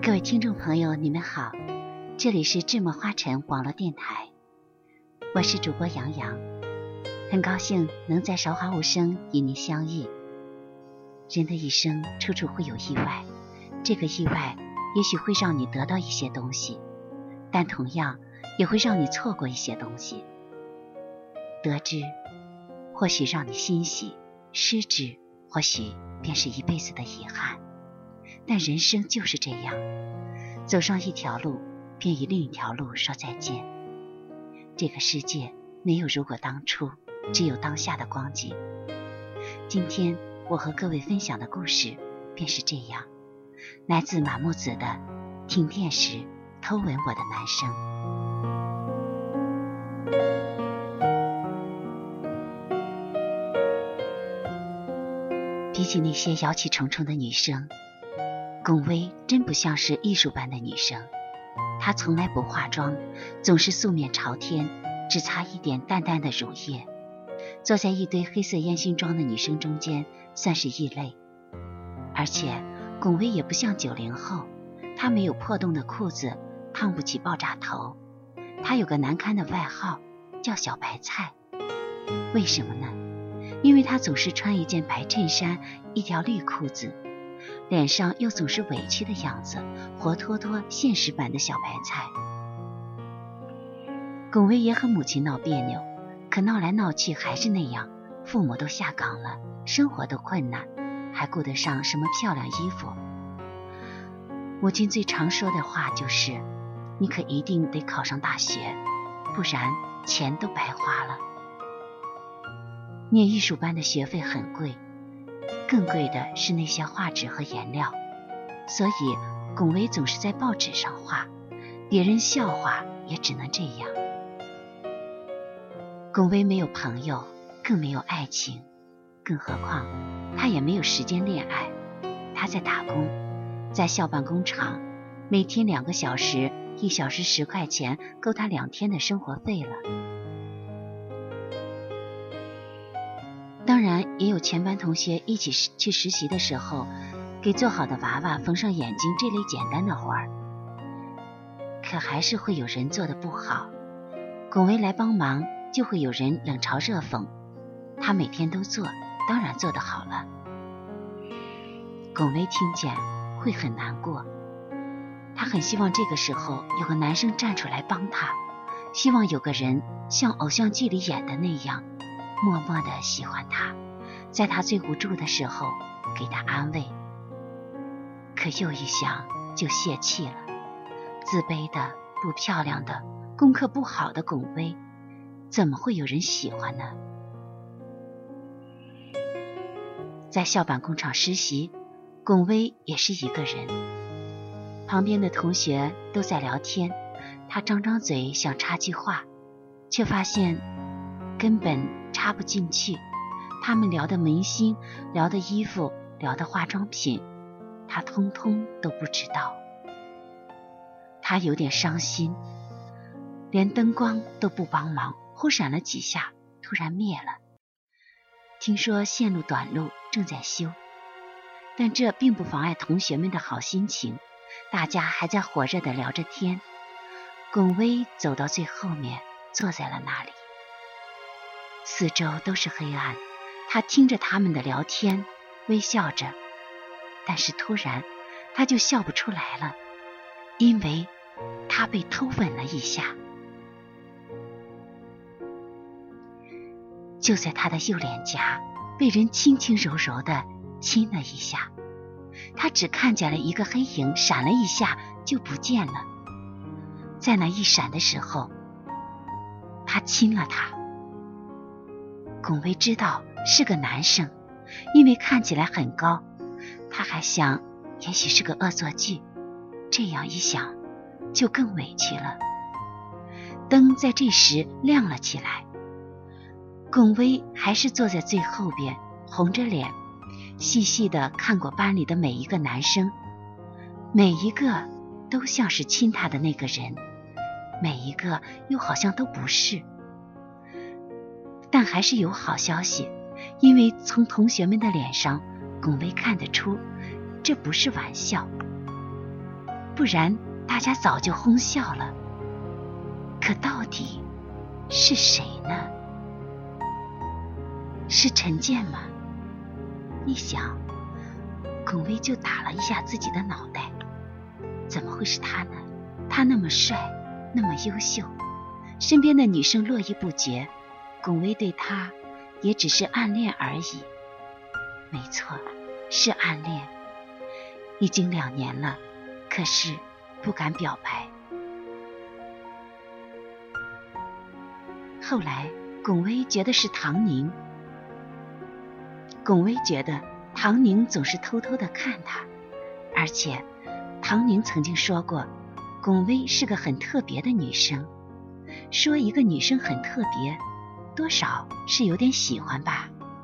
各位听众朋友，你们好，这里是智墨花城网络电台，我是主播杨洋，很高兴能在韶华无声与您相遇。人的一生处处会有意外，这个意外也许会让你得到一些东西，但同样也会让你错过一些东西。得之或许让你欣喜，失之或许便是一辈子的遗憾。但人生就是这样，走上一条路，便与另一条路说再见。这个世界没有如果当初，只有当下的光景。今天我和各位分享的故事便是这样，来自马木子的《停电时偷吻我的男生》。比起那些妖气重重的女生，龚薇真不像是艺术般的女生。她从来不化妆，总是素面朝天，只擦一点淡淡的乳液，坐在一堆黑色烟熏妆的女生中间，算是异类。而且龚薇也不像90后，她没有破洞的裤子，烫不起爆炸头。她有个难堪的外号，叫小白菜。为什么呢？因为她总是穿一件白衬衫，一条绿裤子，脸上又总是委屈的样子，活脱脱现实版的小白菜。龚薇也和母亲闹别扭，可闹来闹去还是那样，父母都下岗了，生活都困难，还顾得上什么漂亮衣服。母亲最常说的话就是，你可一定得考上大学，不然钱都白花了。念艺术班的学费很贵，更贵的是那些画纸和颜料，所以龚薇总是在报纸上画，别人笑话也只能这样。龚薇没有朋友，更没有爱情，更何况她也没有时间恋爱。她在打工，在校办工厂，每天2个小时，1小时10块钱，够她2天的生活费了。当然也有全班同学一起去实习的时候，给做好的娃娃缝上眼睛这类简单的活儿。可还是会有人做得不好，龚薇来帮忙，就会有人冷嘲热讽。她每天都做，当然做得好了。龚薇听见会很难过，她很希望这个时候有个男生站出来帮她，希望有个人像偶像剧里演的那样，默默地喜欢他，在他最无助的时候给他安慰。可又一想就泄气了，自卑的、不漂亮的、功课不好的龚薇，怎么会有人喜欢呢？在校办工厂实习，龚薇也是一个人，旁边的同学都在聊天，她张张嘴想插句话，却发现根本插不进去。他们聊的明星，聊的衣服，聊的化妆品，他通通都不知道。他有点伤心，连灯光都不帮忙，忽闪了几下，突然灭了。听说线路短路正在修，但这并不妨碍同学们的好心情，大家还在火热地聊着天。龚薇走到最后面，坐在了那里。四周都是黑暗，他听着他们的聊天，微笑着，但是突然他就笑不出来了，因为他被偷吻了一下。就在他的右脸颊被人轻轻柔柔地亲了一下，他只看见了一个黑影闪了一下就不见了。在那一闪的时候，他亲了他。龚薇知道是个男生，因为看起来很高，他还想也许是个恶作剧，这样一想就更委屈了。灯在这时亮了起来，龚薇还是坐在最后边，红着脸，细细地看过班里的每一个男生，每一个都像是亲他的那个人，每一个又好像都不是。但还是有好消息，因为从同学们的脸上，龚薇看得出这不是玩笑。 不然大家早就哄笑了。可到底是谁呢？是陈建吗？一想，龚威就打了一下自己的脑袋。怎么会是他呢？他那么帅，那么优秀，身边的女生络绎不绝，龚威对他也只是暗恋而已。没错，是暗恋。已经2年了，可是不敢表白。后来龚威觉得是唐宁，龚威觉得唐宁总是偷偷地看他，而且唐宁曾经说过龚威是个很特别的女生。说一个女生很特别，多少是有点喜欢吧。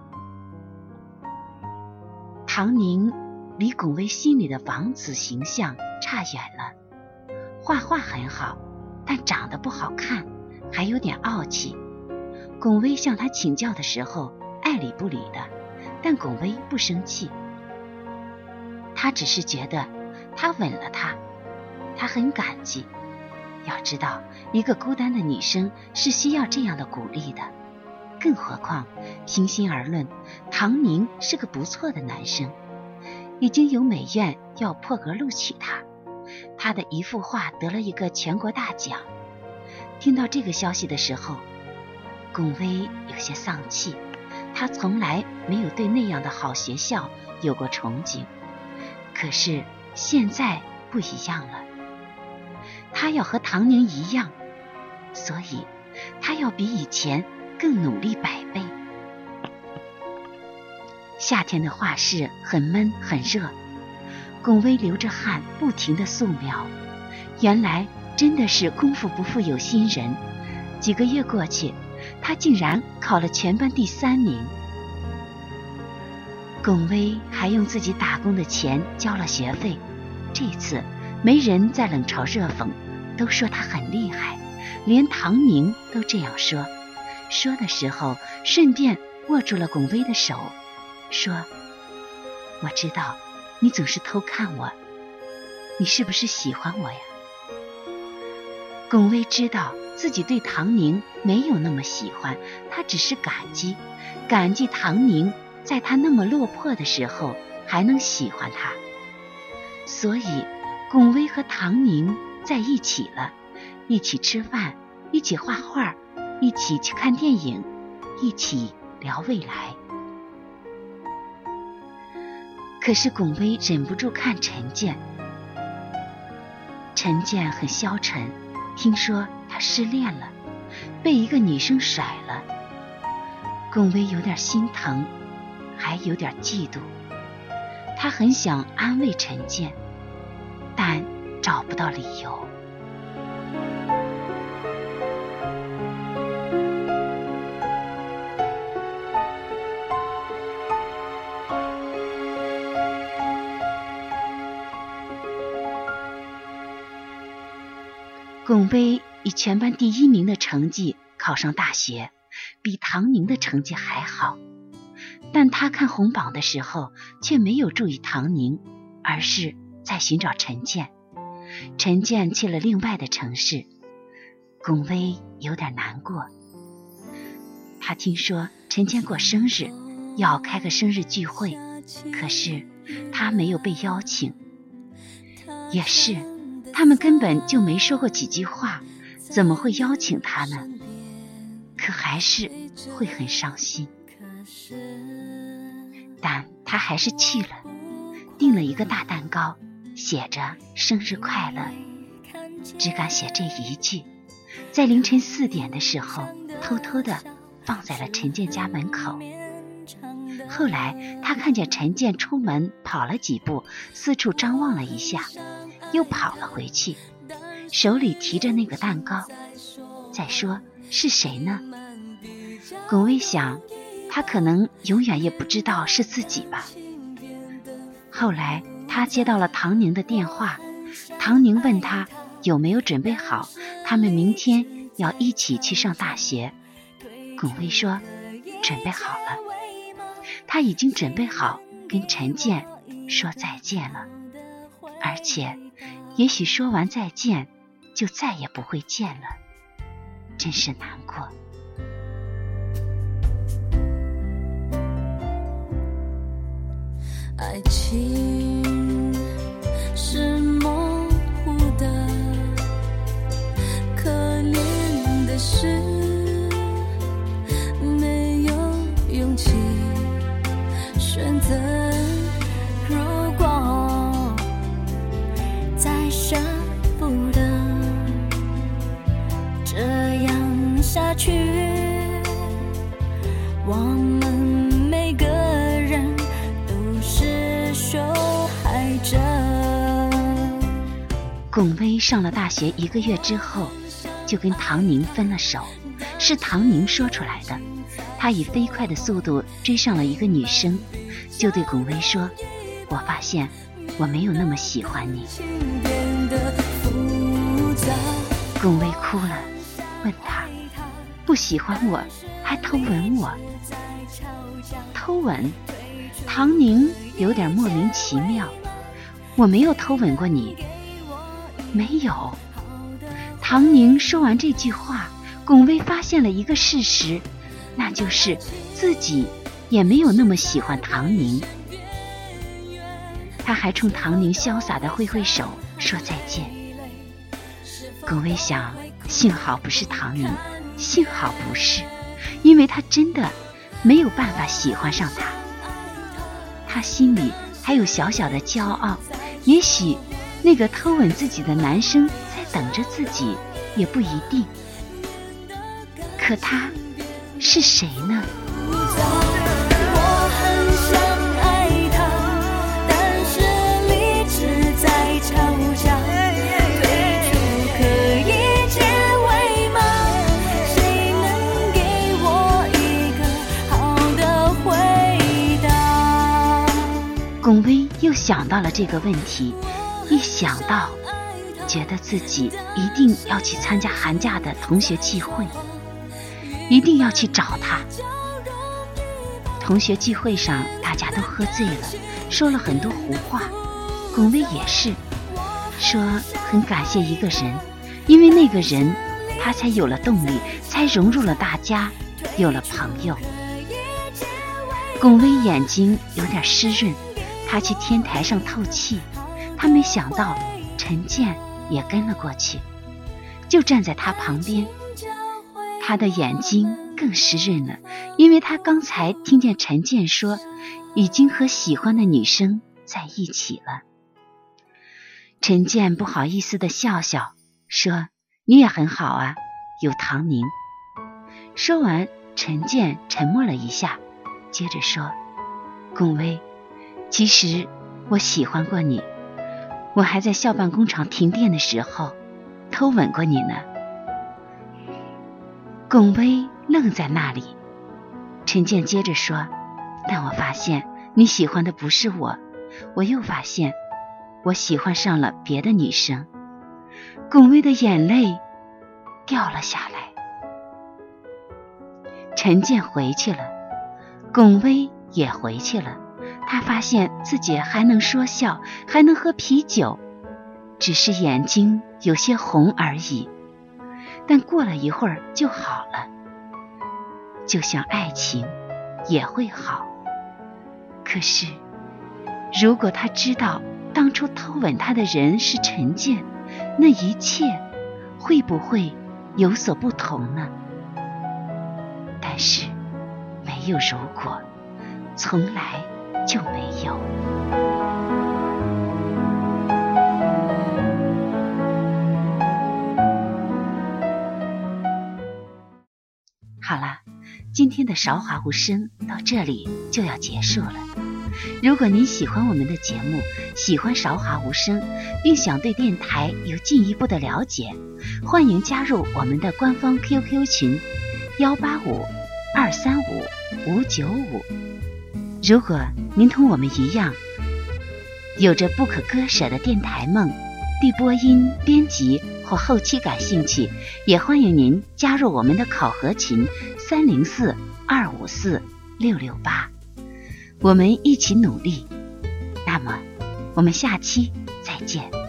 唐宁离龚威心里的王子形象差远了，画画很好，但长得不好看，还有点傲气。龚威向他请教的时候爱理不理的，但龚威不生气，他只是觉得他吻了他，他很感激。要知道，一个孤单的女生是需要这样的鼓励的，更何况平心而论，唐宁是个不错的男生，已经有美院要破格录取他，他的一幅画得了一个全国大奖。听到这个消息的时候，龚威有些丧气，他从来没有对那样的好学校有过憧憬，可是现在不一样了，他要和唐宁一样，所以他要比以前更努力100倍。夏天的画室很闷很热，龚威流着汗不停地素描。原来真的是功夫不负有心人，几个月过去，他竟然考了全班第3名。龚威还用自己打工的钱交了学费，这次没人再冷嘲热讽，都说他很厉害，连唐宁都这样说。说的时候顺便握住了龚威的手，说：我知道你总是偷看我，你是不是喜欢我呀？龚威知道自己对唐宁没有那么喜欢，他只是感激唐宁在他那么落魄的时候还能喜欢他。所以龚威和唐宁在一起了，一起吃饭，一起画画，一起去看电影，一起聊未来。可是龚威忍不住看陈建，陈建很消沉，听说他失恋了，被一个女生甩了。龚威有点心疼，还有点嫉妒，他很想安慰陈建，但找不到理由。龚威以全班第1名的成绩考上大学，比唐宁的成绩还好，但他看红榜的时候却没有注意唐宁，而是在寻找陈建。陈建去了另外的城市，龚威有点难过。他听说陈建过生日，要开个生日聚会，可是他没有被邀请。也是，他们根本就没说过几句话，怎么会邀请他呢？可还是会很伤心。但他还是去了，订了一个大蛋糕，写着生日快乐，只敢写这一句，在凌晨4点的时候偷偷的放在了陈建家门口。后来他看见陈建出门跑了几步，四处张望了一下，又跑了回去，手里提着那个蛋糕。再说是谁呢？龚威想，他可能永远也不知道是自己吧。后来他接到了唐宁的电话，唐宁问他有没有准备好，他们明天要一起去上大学。龚威说准备好了，他已经准备好跟陈建说再见了，而且也许说完再见就再也不会见了，真是难过。 爱情是模糊的，可怜的是没有勇气选择。如果再舍不得这样下去，我们每个人都是受害者。 龚威上了大学1个月之后，就跟唐宁分了手，是唐宁说出来的。他以飞快的速度追上了一个女生，就对龚威说：“我发现我没有那么喜欢你。”龚威哭了，问他：“不喜欢我，还偷吻我？”偷吻？唐宁有点莫名其妙。我没有偷吻过你。没有。唐宁说完这句话，龚威发现了一个事实，那就是自己也没有那么喜欢唐宁。他还冲唐宁潇洒地挥挥手说再见。龚威想，幸好不是唐宁，幸好不是，因为他真的没有办法喜欢上他。他心里还有小小的骄傲，也许那个偷吻自己的男生在等着自己，也不一定。可他是谁呢？ 我很想爱他，但是理智在吵架，退出可以结尾吗？谁能给我一个好的回答？ 龚威又想到了这个问题，一想到觉得自己一定要去参加寒假的同学聚会，一定要去找他。同学聚会上大家都喝醉了，说了很多胡话，龚威也是说很感谢一个人，因为那个人他才有了动力，才融入了大家，有了朋友。龚威眼睛有点湿润，他去天台上透气，他没想到陈健也跟了过去，就站在他旁边。他的眼睛更湿润了，因为他刚才听见陈健说已经和喜欢的女生在一起了。陈健不好意思地笑笑说：“你也很好啊，有唐宁。”说完，陈健沉默了一下，接着说：“龚威，其实我喜欢过你，我还在校办工厂停电的时候偷吻过你呢。”龚威愣在那里。陈健接着说：“但我发现你喜欢的不是我，我又发现我喜欢上了别的女生。”龚威的眼泪掉了下来。陈健回去了，龚威也回去了。他发现自己还能说笑，还能喝啤酒，只是眼睛有些红而已。但过了一会儿就好了，就像爱情也会好。可是如果他知道当初偷吻他的人是陈健，那一切会不会有所不同呢？但是没有如果，从来就没有。好了，今天的韶华无声到这里就要结束了。如果您喜欢我们的节目，喜欢韶华无声，并想对电台有进一步的了解，欢迎加入我们的官方 QQ 群185-235-595。如果您同我们一样有着不可割舍的电台梦，对播音、编辑或后期感兴趣，也欢迎您加入我们的考核群304-254-668，我们一起努力。那么我们下期再见。